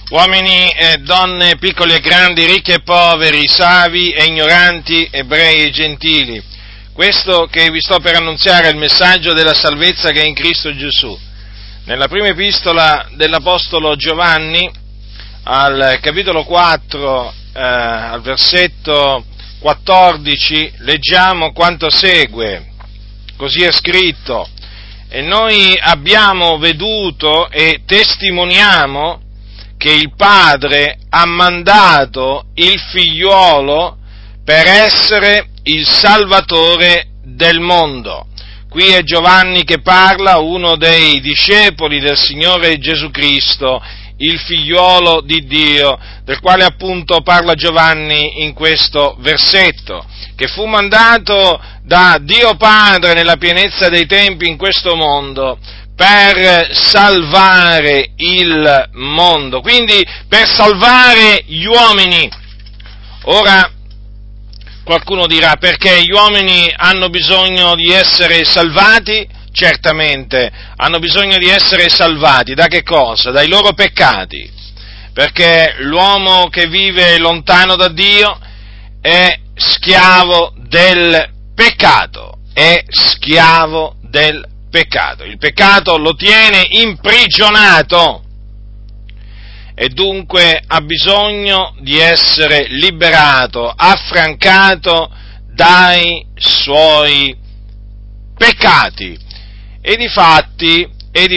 uomini e donne, piccoli e grandi, ricchi e poveri, savi e ignoranti, ebrei e gentili. Questo che vi sto per annunziare è il messaggio della salvezza che è in Cristo Gesù. Nella prima epistola dell'Apostolo Giovanni, al capitolo 4, al versetto 14, leggiamo quanto segue. Così è scritto: e noi abbiamo veduto e testimoniamo che il Padre ha mandato il Figliuolo per essere il Salvatore del mondo. Qui è Giovanni che parla, uno dei discepoli del Signore Gesù Cristo, il Figliuolo di Dio, del quale appunto parla Giovanni in questo versetto, che fu mandato da Dio Padre nella pienezza dei tempi in questo mondo per salvare il mondo, quindi per salvare gli uomini. Ora, qualcuno dirà: perché gli uomini hanno bisogno di essere salvati? Certamente, hanno bisogno di essere salvati da che cosa? Dai loro peccati, perché l'uomo che vive lontano da Dio è schiavo del peccato, è schiavo del peccato. Il peccato lo tiene imprigionato e dunque ha bisogno di essere liberato, affrancato dai suoi peccati. E difatti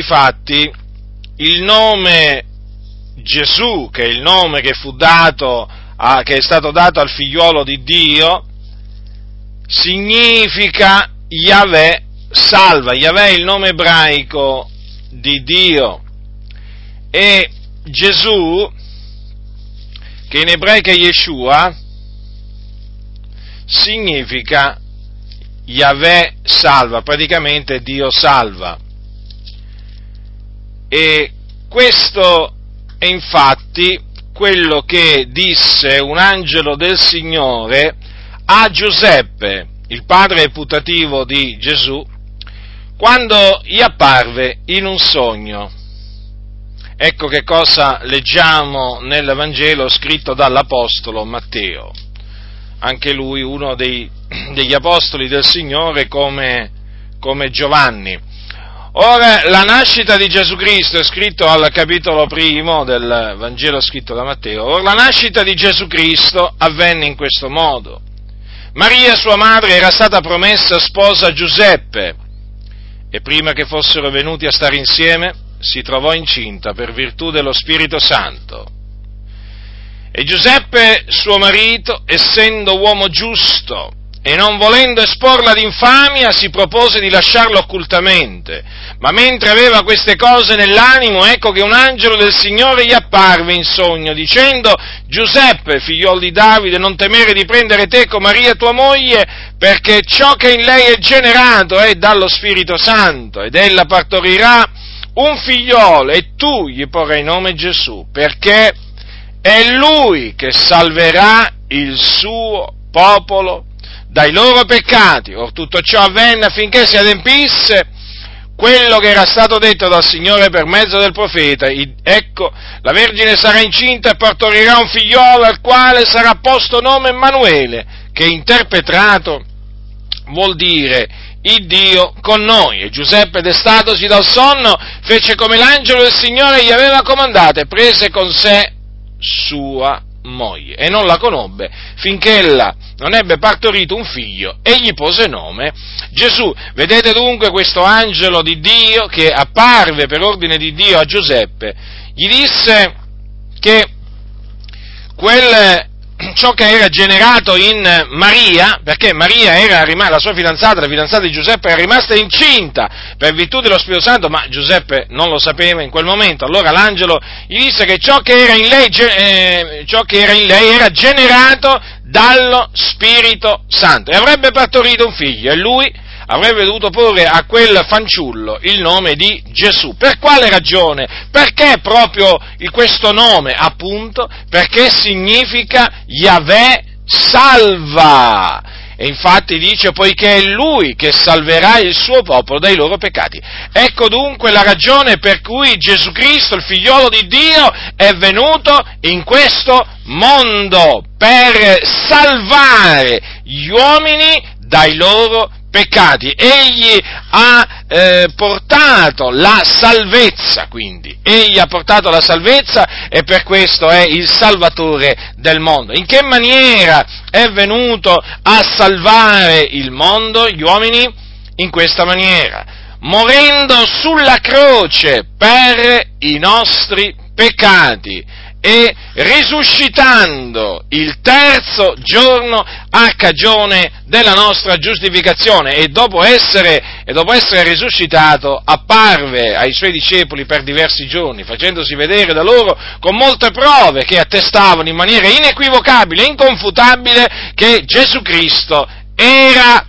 il nome Gesù, che è il nome che fu dato che è stato dato al figliuolo di Dio, significa Yahweh salva. Yahweh è il nome ebraico di Dio, e Gesù, che in ebraico è Yeshua, significa Yahweh salva, praticamente Dio salva. E questo è infatti quello che disse un angelo del Signore a Giuseppe, il padre putativo di Gesù, quando gli apparve in un sogno. Ecco che cosa leggiamo nel Vangelo scritto dall'Apostolo Matteo, anche lui uno degli Apostoli del Signore come Giovanni. Ora, la nascita di Gesù Cristo è scritto al capitolo 1 del Vangelo scritto da Matteo. Ora, la nascita di Gesù Cristo avvenne in questo modo. Maria, sua madre, era stata promessa sposa a Giuseppe, e prima che fossero venuti a stare insieme si trovò incinta per virtù dello Spirito Santo. E Giuseppe, suo marito, essendo uomo giusto e non volendo esporla ad infamia, si propose di lasciarlo occultamente. Ma mentre aveva queste cose nell'animo, ecco che un angelo del Signore gli apparve in sogno, dicendo: Giuseppe, figliol di Davide, non temere di prendere te con Maria tua moglie, perché ciò che in lei è generato è dallo Spirito Santo, ed ella partorirà un figliolo, e tu gli porrai nome Gesù, perché è lui che salverà il suo popolo dai loro peccati. Or tutto ciò avvenne affinché si adempisse quello che era stato detto dal Signore per mezzo del profeta: ecco, la Vergine sarà incinta e partorirà un figliolo, al quale sarà posto nome Emanuele, che interpretato vuol dire il Dio con noi. E Giuseppe, destatosi dal sonno, fece come l'angelo del Signore gli aveva comandato, e prese con sé sua moglie, e non la conobbe finché ella non ebbe partorito un figlio, e gli pose nome Gesù. Vedete dunque questo angelo di Dio che apparve per ordine di Dio a Giuseppe, gli disse che ciò che era generato in Maria, perché Maria era la sua fidanzata, la fidanzata di Giuseppe, era rimasta incinta per virtù dello Spirito Santo, ma Giuseppe non lo sapeva in quel momento. Allora l'angelo gli disse che ciò che era in lei era generato dallo Spirito Santo, e avrebbe partorito un figlio, e lui avrebbe dovuto porre a quel fanciullo il nome di Gesù. Per quale ragione? Perché proprio questo nome? Appunto, perché significa Yahweh salva. E infatti dice: poiché è Lui che salverà il suo popolo dai loro peccati. Ecco dunque la ragione per cui Gesù Cristo, il figliolo di Dio, è venuto in questo mondo, per salvare gli uomini dai loro peccati. Egli ha portato la salvezza, quindi. Egli ha portato la salvezza e per questo è il Salvatore del mondo. In che maniera è venuto a salvare il mondo, gli uomini? In questa maniera: morendo sulla croce per i nostri peccati e risuscitando il terzo giorno a cagione della nostra giustificazione, e dopo essere risuscitato apparve ai suoi discepoli per diversi giorni, facendosi vedere da loro con molte prove che attestavano in maniera inequivocabile e inconfutabile che Gesù Cristo era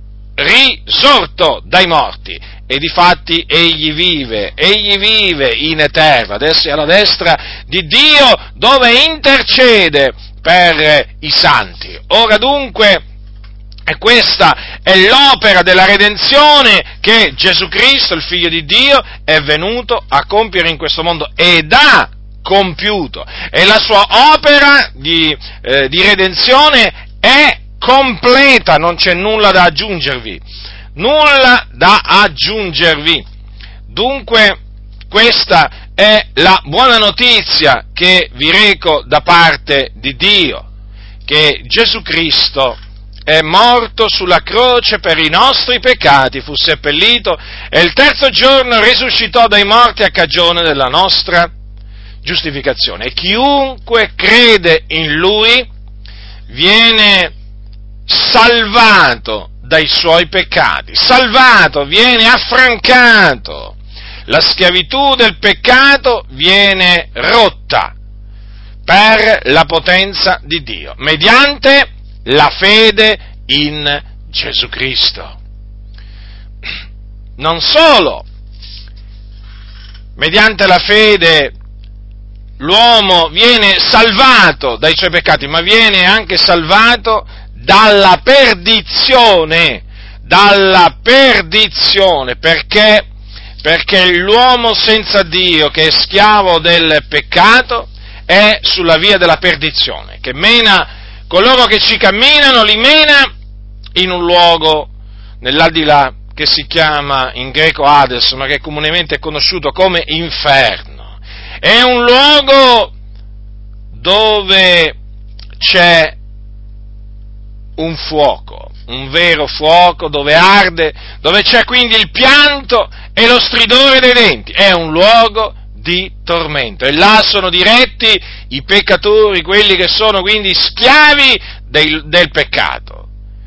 risorto dai morti. E difatti egli vive in eterno, adesso è alla destra di Dio, dove intercede per i santi. Ora dunque, e questa è l'opera della redenzione che Gesù Cristo, il Figlio di Dio, è venuto a compiere in questo mondo ed ha compiuto. E la sua opera di redenzione è completa, non c'è nulla da aggiungervi. Nulla da aggiungervi. Dunque, questa è la buona notizia che vi reco da parte di Dio, che Gesù Cristo è morto sulla croce per i nostri peccati, fu seppellito e il terzo giorno risuscitò dai morti a cagione della nostra giustificazione. E chiunque crede in Lui viene salvato dai suoi peccati, salvato, viene affrancato, la schiavitù del peccato viene rotta per la potenza di Dio, mediante la fede in Gesù Cristo. Non solo, mediante la fede l'uomo viene salvato dai suoi peccati, ma viene anche salvato dalla perdizione, perché l'uomo senza Dio, che è schiavo del peccato, è sulla via della perdizione, che mena coloro che ci camminano, li mena in un luogo nell'aldilà che si chiama in greco Hades, ma che comunemente è conosciuto come inferno. È un luogo dove c'è un fuoco, un vero fuoco, dove arde, dove c'è quindi il pianto e lo stridore dei denti. È un luogo di tormento, e là sono diretti i peccatori, quelli che sono quindi schiavi del peccato.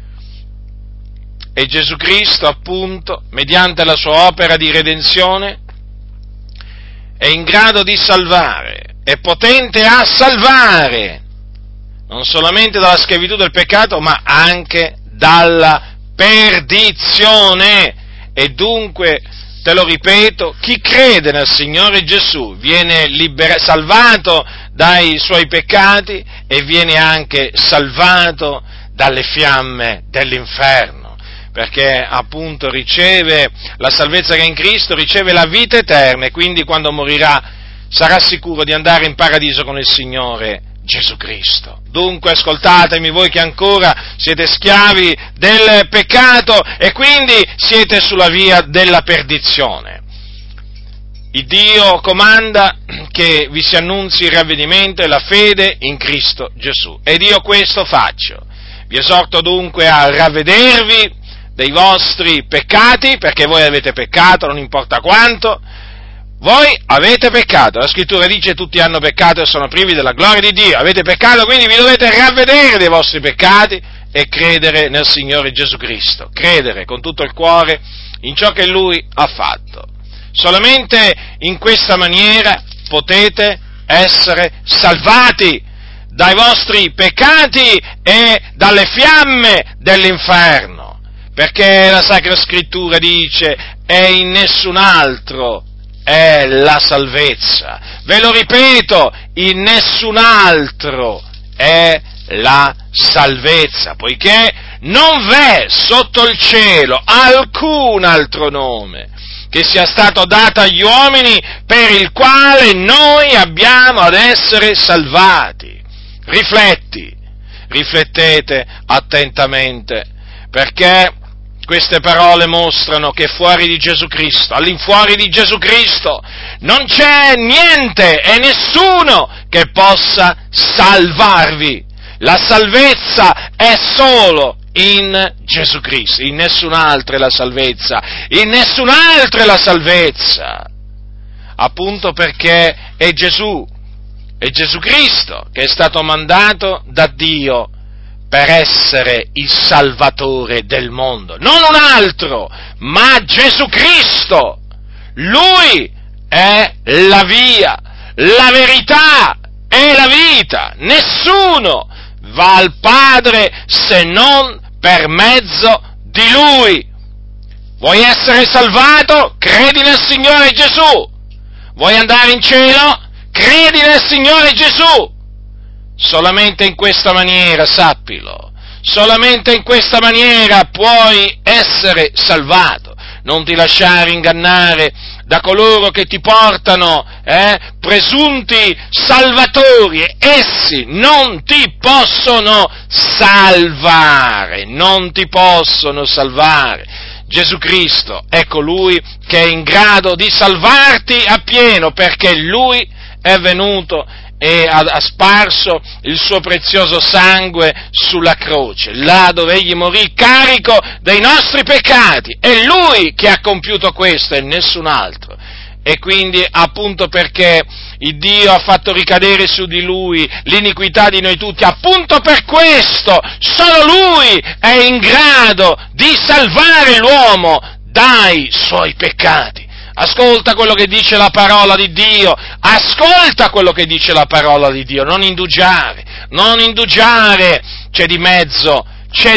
E Gesù Cristo, appunto, mediante la sua opera di redenzione, è in grado di salvare, è potente a salvare, non solamente dalla schiavitù del peccato, ma anche dalla perdizione. E dunque, te lo ripeto, chi crede nel Signore Gesù viene salvato dai suoi peccati e viene anche salvato dalle fiamme dell'inferno, perché appunto riceve la salvezza che è in Cristo, riceve la vita eterna, e quindi quando morirà sarà sicuro di andare in paradiso con il Signore Gesù Cristo. Dunque ascoltatemi, voi che ancora siete schiavi del peccato e quindi siete sulla via della perdizione. Il Dio comanda che vi si annunzi il ravvedimento e la fede in Cristo Gesù, ed io questo faccio. Vi esorto dunque a ravvedervi dei vostri peccati, perché voi avete peccato, non importa quanto. Voi avete peccato, la scrittura dice tutti hanno peccato e sono privi della gloria di Dio, avete peccato, quindi vi dovete ravvedere dei vostri peccati e credere nel Signore Gesù Cristo, credere con tutto il cuore in ciò che Lui ha fatto. Solamente in questa maniera potete essere salvati dai vostri peccati e dalle fiamme dell'inferno, perché la Sacra Scrittura dice e in nessun altro è la salvezza. Ve lo ripeto, in nessun altro è la salvezza, poiché non v'è sotto il cielo alcun altro nome che sia stato dato agli uomini per il quale noi abbiamo ad essere salvati. Riflettete attentamente, perché queste parole mostrano che fuori di Gesù Cristo, all'infuori di Gesù Cristo, non c'è niente e nessuno che possa salvarvi. La salvezza è solo in Gesù Cristo, in nessun altro è la salvezza, in nessun altro è la salvezza, appunto perché è Gesù Cristo che è stato mandato da Dio per essere il Salvatore del mondo, non un altro, ma Gesù Cristo. Lui è la via, la verità e la vita. Nessuno va al Padre se non per mezzo di Lui. Vuoi essere salvato? Credi nel Signore Gesù. Vuoi andare in cielo? Credi nel Signore Gesù. Solamente in questa maniera, sappilo, solamente in questa maniera puoi essere salvato. Non ti lasciare ingannare da coloro che ti portano presunti salvatori, essi non ti possono salvare, non ti possono salvare. Gesù Cristo è colui che è in grado di salvarti appieno, perché Lui è venuto e ha sparso il suo prezioso sangue sulla croce, là dove egli morì carico dei nostri peccati. È Lui che ha compiuto questo e nessun altro. E quindi, appunto perché il Dio ha fatto ricadere su di Lui l'iniquità di noi tutti, appunto per questo solo Lui è in grado di salvare l'uomo dai suoi peccati. Ascolta quello che dice la parola di Dio, ascolta quello che dice la parola di Dio, non indugiare, c'è di mezzo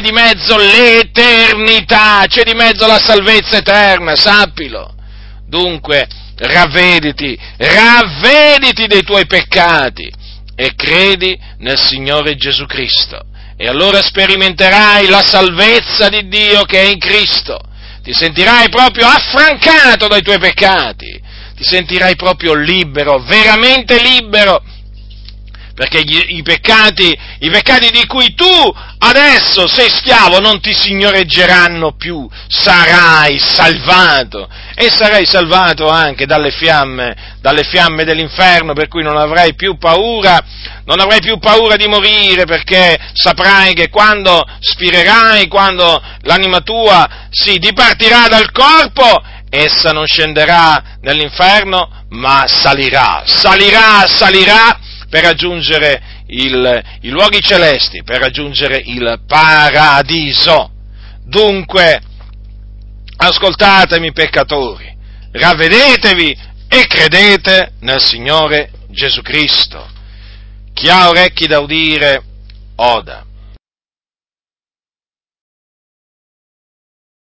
l'eternità, c'è di mezzo la salvezza eterna, sappilo. Dunque, ravvediti dei tuoi peccati e credi nel Signore Gesù Cristo, e allora sperimenterai la salvezza di Dio che è in Cristo. Ti sentirai proprio affrancato dai tuoi peccati, ti sentirai proprio libero, veramente libero, perché i peccati di cui tu adesso sei schiavo non ti signoreggeranno più, sarai salvato, e sarai salvato anche dalle fiamme dell'inferno, per cui non avrai più paura di morire, perché saprai che quando spirerai, quando l'anima tua si dipartirà dal corpo, essa non scenderà nell'inferno, ma salirà per raggiungere i luoghi celesti, per raggiungere il paradiso. Dunque, ascoltatemi peccatori, ravvedetevi e credete nel Signore Gesù Cristo. Chi ha orecchi da udire, oda.